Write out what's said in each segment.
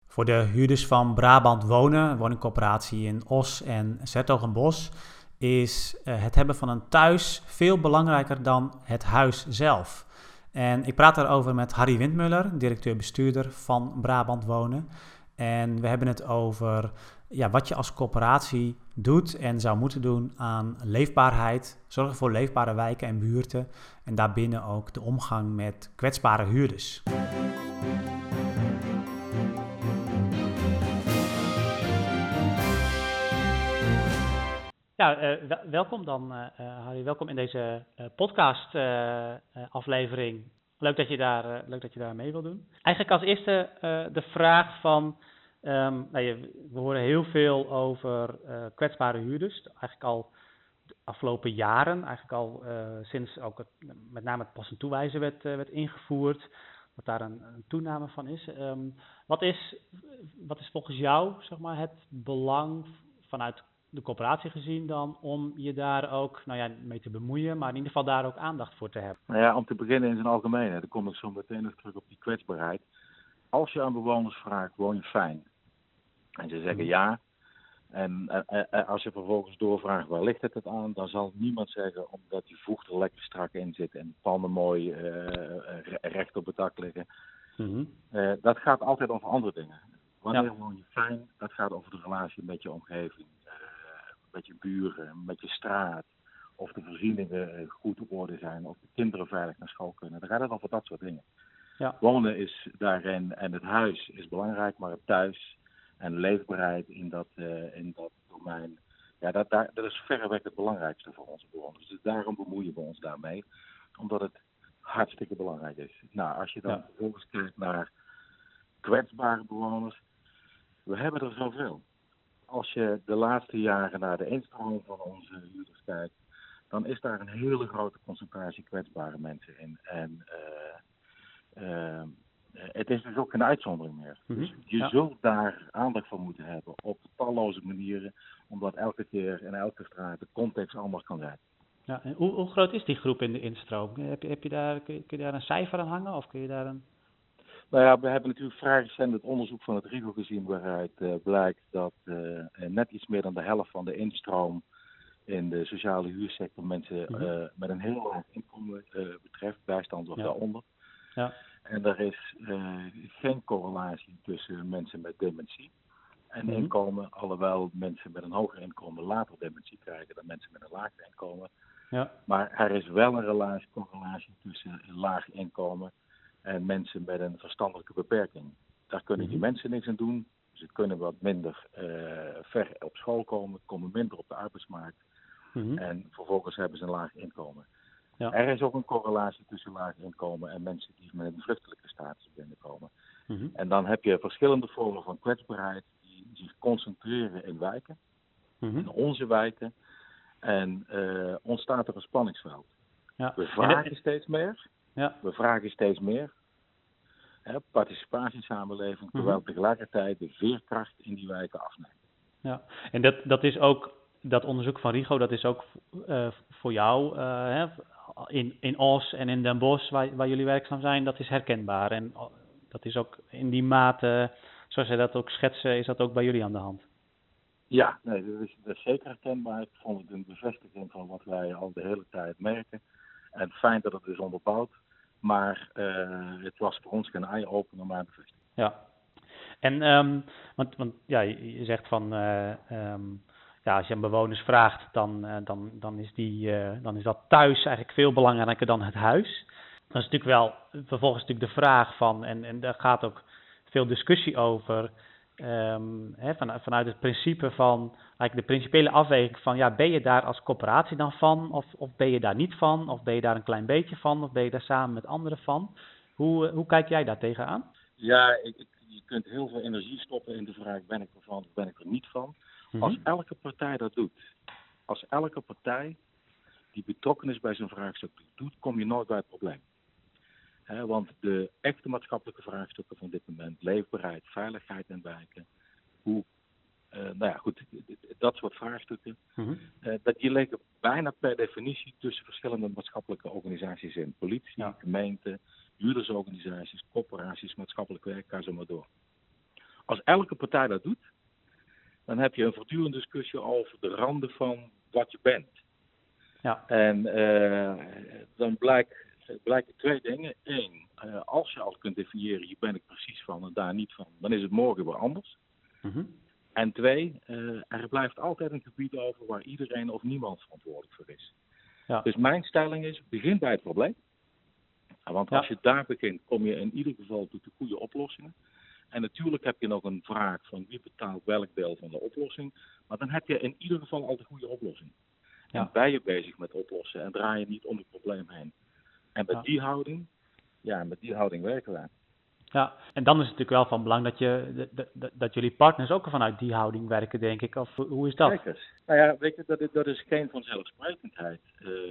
Voor de huurders van Brabant Wonen, een woningcorporatie in Os en 's-Hertogenbosch, is het hebben van een thuis veel belangrijker dan het huis zelf. En ik praat daarover met Harry Windmuller, directeur-bestuurder van Brabant Wonen. En we hebben het over wat je als corporatie doet en zou moeten doen aan leefbaarheid, zorgen voor leefbare wijken en buurten en daarbinnen ook de omgang met kwetsbare huurders. Ja, welkom dan, Harry. Welkom in deze podcast aflevering. Leuk dat je daar mee wil doen. Eigenlijk als eerste de vraag van, we horen heel veel over kwetsbare huurders. Eigenlijk al de afgelopen jaren, eigenlijk al sinds ook met name het pas en toewijzen werd ingevoerd, dat daar een toename van is. Wat is volgens jou, zeg maar, het belang vanuit de corporatie gezien dan, om je daar ook mee te bemoeien, maar in ieder geval daar ook aandacht voor te hebben? Nou ja, om te beginnen in zijn algemeen, dan kom ik zo meteen nog terug op die kwetsbaarheid. Als je aan bewoners vraagt, woon je fijn? En ze zeggen ja. En als je vervolgens doorvraagt, waar ligt het aan? Dan zal niemand zeggen, omdat die vocht er lekker strak in zit en pannen mooi recht op het dak liggen. Mm-hmm. Dat gaat altijd over andere dingen. Wanneer woon je fijn? Dat gaat over de relatie met je omgeving. Met je buren, met je straat, of de voorzieningen goed op orde zijn, of de kinderen veilig naar school kunnen. Dan gaat het over dat soort dingen. Ja. Wonen is daarin, en het huis is belangrijk, maar het thuis en leefbaarheid in dat domein, dat is verreweg het belangrijkste voor onze bewoners. Dus daarom bemoeien we ons daarmee, omdat het hartstikke belangrijk is. Nou, als je dan vervolgens kijkt naar kwetsbare bewoners, we hebben er zoveel. Als je de laatste jaren naar de instroom van onze huurders kijkt, dan is daar een hele grote concentratie kwetsbare mensen in. En het is dus ook geen uitzondering meer. Mm-hmm. Dus je zult daar aandacht voor moeten hebben op talloze manieren, omdat elke keer in elke straat de context anders kan zijn. Ja, en hoe groot is die groep in de instroom? Kun je daar een cijfer aan hangen of kun je daar een... Nou ja, we hebben natuurlijk vrij recent het onderzoek van het RIGO gezien, waaruit blijkt dat net iets meer dan de helft van de instroom in de sociale huursector mensen met een heel laag inkomen betreft, bijstand of daaronder. Ja. En er is geen correlatie tussen mensen met dementie en inkomen, alhoewel mensen met een hoger inkomen later dementie krijgen dan mensen met een lager inkomen. Ja. Maar er is wel een correlatie tussen een laag inkomen en mensen met een verstandelijke beperking. Daar kunnen die mensen niks aan doen. Ze kunnen wat minder ver op school komen minder op de arbeidsmarkt. En vervolgens hebben ze een laag inkomen. Ja. Er is ook een correlatie tussen laag inkomen en mensen die met een vluchtelijke status binnenkomen. En dan heb je verschillende vormen van kwetsbaarheid die zich concentreren in wijken, in onze wijken. En ontstaat er een spanningsveld. Ja. We vragen steeds meer. Ja. We vragen steeds meer. Participatiesamenleving, terwijl tegelijkertijd de veerkracht in die wijken afneemt. Ja, en dat is ook, dat onderzoek van RIGO, dat is ook voor jou in Os en in Den Bosch, waar jullie werkzaam zijn, dat is herkenbaar. En dat is ook in die mate, zoals jij dat ook schetsen, is dat ook bij jullie aan de hand? Ja, nee, dat is zeker herkenbaar. Ik vond het een bevestiging van wat wij al de hele tijd merken. En fijn dat het is onderbouwd. Maar het was voor ons geen eye-opener, maar een bevestiging. Ja. En want je zegt van als je aan bewoners vraagt, dan is dat thuis eigenlijk veel belangrijker dan het huis. Dat is natuurlijk wel vervolgens natuurlijk de vraag van, en daar gaat ook veel discussie over, vanuit het principe van, eigenlijk de principiële afweging van, ben je daar als corporatie dan van, of ben je daar niet van, of ben je daar een klein beetje van, of ben je daar samen met anderen van? Hoe kijk jij daar tegenaan? Ja, je kunt heel veel energie stoppen in de vraag, ben ik ervan of ben ik er niet van? Als elke partij dat doet, als elke partij die betrokken is bij zo'n vraagstuk doet, kom je nooit bij het probleem. Want de echte maatschappelijke vraagstukken van dit moment, leefbaarheid, veiligheid in wijken, dat soort vraagstukken, die liggen bijna per definitie tussen verschillende maatschappelijke organisaties in. Politie, gemeenten, huurdersorganisaties, corporaties, maatschappelijk werk, ga zo maar door. Als elke partij dat doet, dan heb je een voortdurende discussie over de randen van wat je bent. Ja. En dan blijken twee dingen. Eén, als je al kunt definiëren, hier ben ik precies van en daar niet van, dan is het morgen weer anders. Mm-hmm. En twee, er blijft altijd een gebied over waar iedereen of niemand verantwoordelijk voor is. Ja. Dus mijn stelling is, begin bij het probleem. Want als je daar begint, kom je in ieder geval tot de goede oplossingen. En natuurlijk heb je nog een vraag van wie betaalt welk deel van de oplossing. Maar dan heb je in ieder geval al de goede oplossing. Ja. En ben je bezig met oplossen en draai je niet om het probleem heen. En met die houding werken wij. Ja, en dan is het natuurlijk wel van belang dat jullie partners ook vanuit die houding werken, denk ik. Of hoe is dat? Zeker. Nou ja, weet je, dat is geen vanzelfsprekendheid.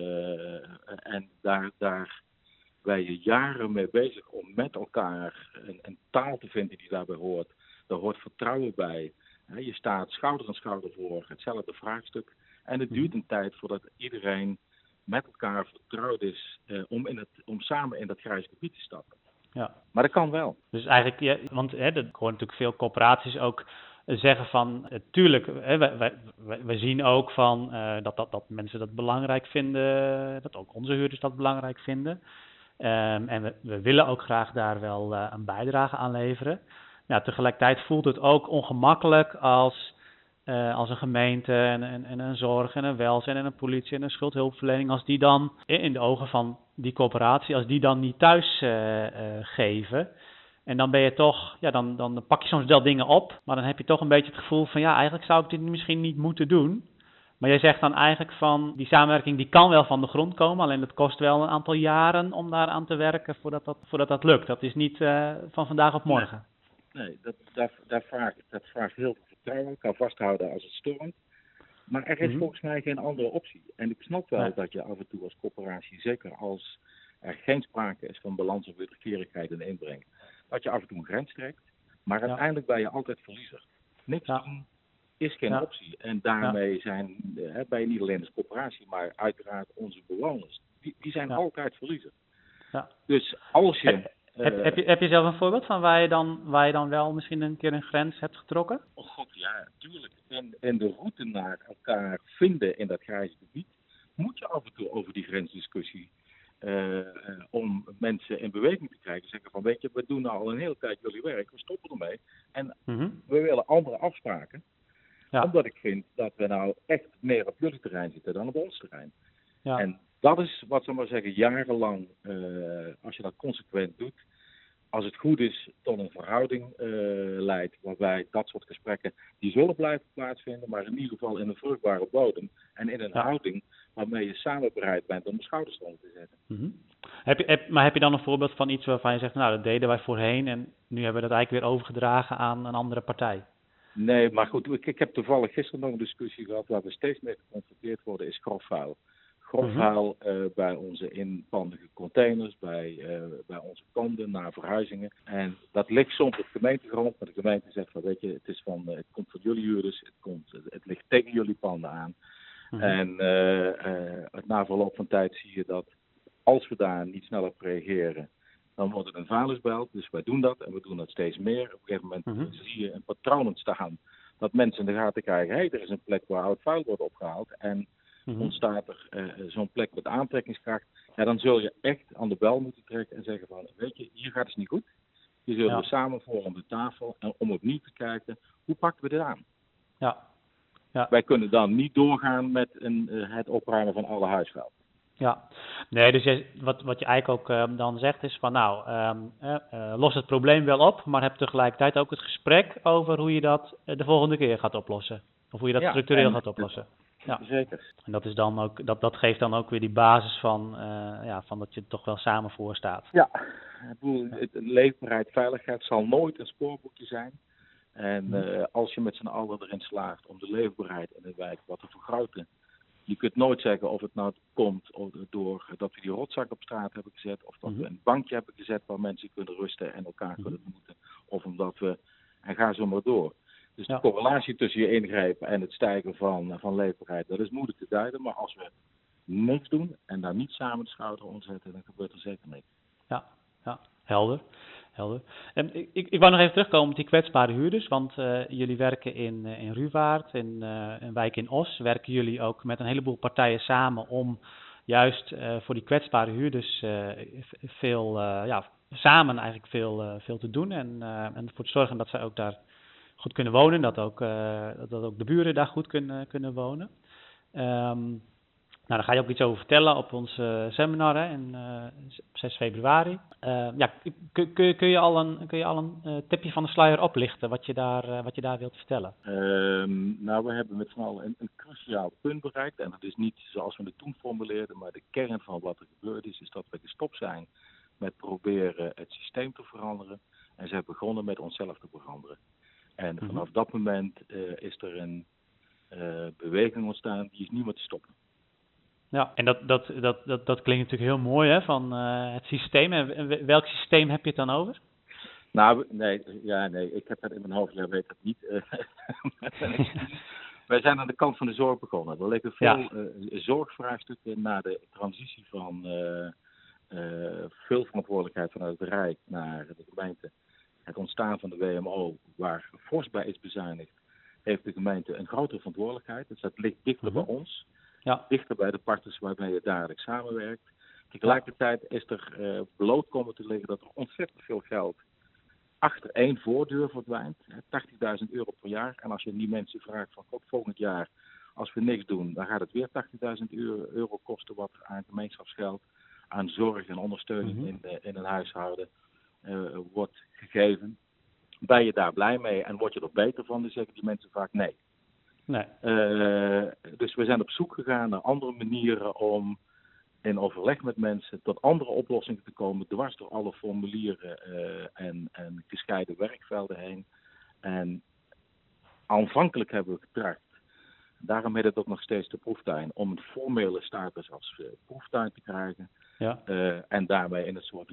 En daar ben je jaren mee bezig om met elkaar een taal te vinden die daarbij hoort. Daar hoort vertrouwen bij. Je staat schouder aan schouder voor hetzelfde vraagstuk. En het duurt een tijd voordat iedereen met elkaar vertrouwd is om samen in dat grijze gebied te stappen. Ja. Maar dat kan wel. Dus eigenlijk, want ik hoor natuurlijk veel corporaties ook zeggen van, tuurlijk, we zien ook van dat mensen dat belangrijk vinden, dat ook onze huurders dat belangrijk vinden. En we willen ook graag daar wel een bijdrage aan leveren. Ja, tegelijkertijd voelt het ook ongemakkelijk als een gemeente en een zorg en een welzijn en een politie en een schuldhulpverlening, als die dan in de ogen van die corporatie, als die dan niet thuis geven. En dan ben je toch, ja, dan pak je soms wel dingen op, maar dan heb je toch een beetje het gevoel van, ja, eigenlijk zou ik dit misschien niet moeten doen. Maar jij zegt dan eigenlijk van, die samenwerking die kan wel van de grond komen, alleen dat kost wel een aantal jaren om daar aan te werken voordat dat lukt. Dat is niet van vandaag op morgen. Nee, dat vraagt heel veel vertrouwen. Ik kan vasthouden als het stormt. Maar er is volgens mij geen andere optie. En ik snap wel dat je af en toe als corporatie, zeker als er geen sprake is van balans of wederkerigheid in inbreng, dat je af en toe een grens trekt. Maar uiteindelijk ben je altijd verliezer. Niks doen is geen optie. En daarmee ben je niet alleen als corporatie, maar uiteraard onze bewoners. Die zijn altijd verliezer. Ja. Dus als je... Heb je zelf een voorbeeld van waar je dan wel misschien een keer een grens hebt getrokken? Oh god, ja, tuurlijk. En de route naar elkaar vinden in dat grijze gebied, moet je af en toe over die grensdiscussie, om mensen in beweging te krijgen. Zeggen van, weet je, we doen nou al een hele tijd jullie werk, we stoppen ermee. En we willen andere afspraken. Ja. Omdat ik vind dat we nou echt meer op jullie terrein zitten dan op ons terrein. Ja. En dat is, wat zal maar zeggen, jarenlang, als je dat consequent doet, als het goed is, tot een verhouding leidt, waarbij dat soort gesprekken, die zullen blijven plaatsvinden, maar in ieder geval in een vruchtbare bodem en in een houding waarmee je samen bereid bent om de schouders eronder te zetten. Mm-hmm. Heb je dan een voorbeeld van iets waarvan je zegt, nou, dat deden wij voorheen en nu hebben we dat eigenlijk weer overgedragen aan een andere partij? Nee, maar goed, ik heb toevallig gisteren nog een discussie gehad waar we steeds mee geconfronteerd worden, is grofvuil. Grofvuil bij onze inpandige containers, bij onze panden, na verhuizingen. En dat ligt soms op gemeentegrond, maar de gemeente zegt van, weet je, het komt van jullie huurders, het ligt tegen jullie panden aan. En na verloop van tijd zie je dat als we daar niet snel op reageren, dan wordt het een vuilnisbelt. Dus wij doen dat en we doen dat steeds meer. Op een gegeven moment zie je een patroon ontstaan dat mensen in de gaten krijgen, er is een plek waar oud vuil wordt opgehaald en ontstaat er zo'n plek met aantrekkingskracht, ja, dan zul je echt aan de bel moeten trekken en zeggen van, weet je, hier gaat het niet goed. Hier zullen we samen voor om de tafel en om opnieuw te kijken, hoe pakken we dit aan? Ja. Wij kunnen dan niet doorgaan met het opruimen van alle huisvuil. Ja, nee, dus wat je eigenlijk ook dan zegt is van, los het probleem wel op, maar heb tegelijkertijd ook het gesprek over hoe je dat de volgende keer gaat oplossen. Of hoe je dat structureel gaat oplossen. Ja, zeker. En dat is dan ook, dat geeft dan ook weer die basis van dat je er toch wel samen voor staat. Ja, leefbaarheid, veiligheid zal nooit een spoorboekje zijn. En als je met z'n allen erin slaagt om de leefbaarheid in de wijk wat te vergroten. Je kunt nooit zeggen of het nou komt door dat we die rotzak op straat hebben gezet. Of dat we een bankje hebben gezet waar mensen kunnen rusten en elkaar kunnen ontmoeten. Of omdat en ga zo maar door. Dus de correlatie tussen je ingrijpen en het stijgen van leefbaarheid, dat is moeilijk te duiden. Maar als we niks doen en daar niet samen de schouder onder zetten, dan gebeurt er zeker niks. Ja, helder. helder. Ik wou nog even terugkomen op die kwetsbare huurders, want jullie werken in Ruwaard, in een wijk in Os, werken jullie ook met een heleboel partijen samen om juist voor die kwetsbare huurders samen eigenlijk veel te doen en ervoor te zorgen dat zij ook daar goed kunnen wonen, dat ook de buren daar goed kunnen wonen. Nou, daar ga je ook iets over vertellen op ons seminar hè, op 6 februari. Kun je al een tipje van de sluier oplichten wat je daar wilt vertellen? Nou, we hebben met z'n allen een cruciaal punt bereikt. En dat is niet zoals we het toen formuleerden, maar de kern van wat er gebeurd is dat we gestopt zijn met proberen het systeem te veranderen. En ze hebben begonnen met onszelf te veranderen. En vanaf dat moment is er een beweging ontstaan die is niet meer te stoppen. Ja, en dat klinkt natuurlijk heel mooi hè, van het systeem. En welk systeem heb je het dan over? Nou, nee, ik heb dat in mijn hoofd, weet het niet. Wij zijn aan de kant van de zorg begonnen. Er liggen veel zorgvraagstukken na de transitie van veel verantwoordelijkheid vanuit het Rijk naar de gemeente. Het ontstaan van de WMO, waar fors bij is bezuinigd, heeft de gemeente een grotere verantwoordelijkheid. Dus dat ligt dichter bij ons. Ja. Dichter bij de partners waarmee je dagelijks samenwerkt. Tegelijkertijd is er bloot komen te liggen dat er ontzettend veel geld achter één voordeur verdwijnt. 80.000 euro per jaar. En als je die mensen vraagt van volgend jaar, als we niks doen, dan gaat het weer 80.000 euro kosten wat er aan gemeenschapsgeld, aan zorg en ondersteuning in een huishouden wordt gegeven. Ben je daar blij mee en word je er beter van? Dan zeggen die mensen vaak nee. Nee. Dus we zijn op zoek gegaan naar andere manieren om in overleg met mensen tot andere oplossingen te komen, dwars door alle formulieren en gescheiden werkvelden heen. En aanvankelijk hebben we getracht, daarom heet het ook nog steeds de proeftuin, om een formele status als proeftuin te krijgen. Ja. En daarmee in een soort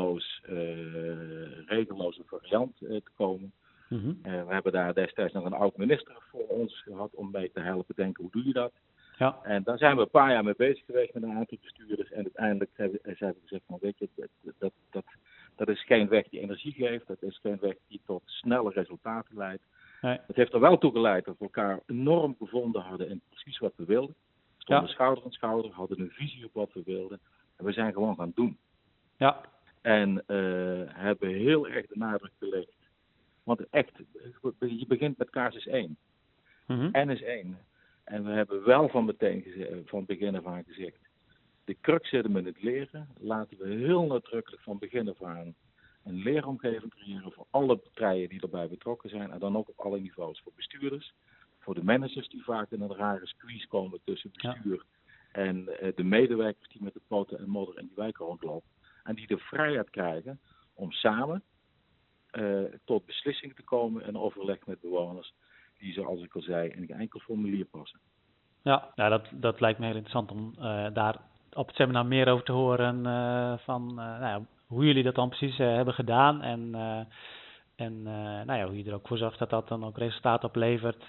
regeloze variant te komen. We hebben daar destijds nog een oud-minister voor ons gehad om mee te helpen denken, hoe doe je dat? Ja. En daar zijn we een paar jaar mee bezig geweest met een aantal bestuurders. En uiteindelijk hebben we gezegd van, weet je, dat is geen weg die energie geeft. Dat is geen weg die tot snelle resultaten leidt. Nee. Het heeft er wel toe geleid dat we elkaar enorm gevonden hadden in precies wat we wilden. We stonden schouder aan schouder, hadden een visie op wat we wilden. En we zijn gewoon gaan doen. Ja. En hebben heel erg de nadruk gelegd. Want echt, je begint met casus 1. N is 1. En we hebben wel van begin af aan gezegd, de crux zit hem in het leren. Laten we heel nadrukkelijk van begin af aan een leeromgeving creëren voor alle partijen die erbij betrokken zijn. En dan ook op alle niveaus. Voor bestuurders, voor de managers die vaak in een rare squeeze komen tussen bestuur en de medewerkers die met de poten en modder in die wijk rondlopen. En die de vrijheid krijgen om samen tot beslissingen te komen en overleg met bewoners die, zoals ik al zei, in geen enkel formulier passen. Ja, dat lijkt me heel interessant om daar op het seminar meer over te horen hoe jullie dat dan precies hebben gedaan en hoe je er ook voor zorgt dat dat dan ook resultaat oplevert.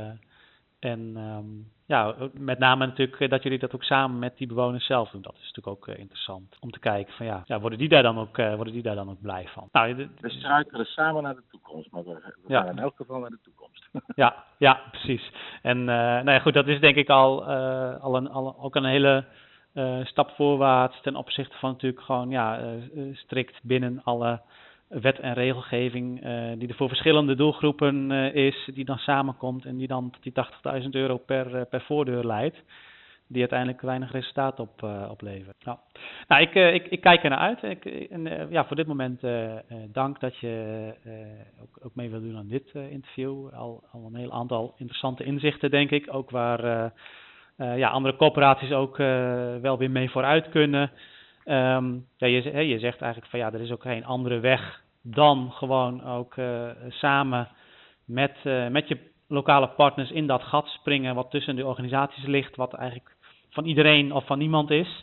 Met name natuurlijk dat jullie dat ook samen met die bewoners zelf doen. Dat is natuurlijk ook interessant om te kijken van worden die daar dan ook blij van. Nou, we struikelen samen naar de toekomst, maar we gaan in elk geval naar de toekomst. Ja, precies. En goed, dat is denk ik ook een hele stap voorwaarts ten opzichte van natuurlijk gewoon strikt binnen alle wet en regelgeving die er voor verschillende doelgroepen is, die dan samenkomt en die dan tot die €80.000 per voordeur leidt, die uiteindelijk weinig resultaat oplevert. Ja. Nou, ik kijk er naar uit. Voor dit moment dank dat je ook mee wil doen aan dit interview. Al een heel aantal interessante inzichten, denk ik. Ook waar andere corporaties ook wel weer mee vooruit kunnen. Je zegt eigenlijk van er is ook geen andere weg dan gewoon ook samen met je lokale partners in dat gat springen wat tussen de organisaties ligt, wat eigenlijk van iedereen of van niemand is.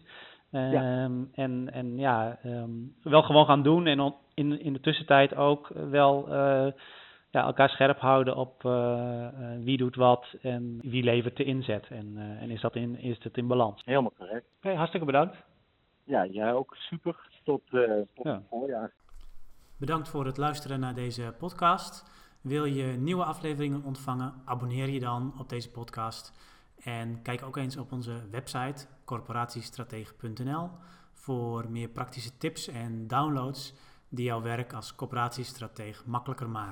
Wel gewoon gaan doen en in de tussentijd ook wel elkaar scherp houden op wie doet wat en wie levert de inzet. En is dat in balans? Helemaal correct. Hartstikke bedankt. Ja, jij ook super. Tot het voorjaar. Bedankt voor het luisteren naar deze podcast. Wil je nieuwe afleveringen ontvangen? Abonneer je dan op deze podcast. En kijk ook eens op onze website corporatiestratege.nl voor meer praktische tips en downloads die jouw werk als corporatiestratege makkelijker maken.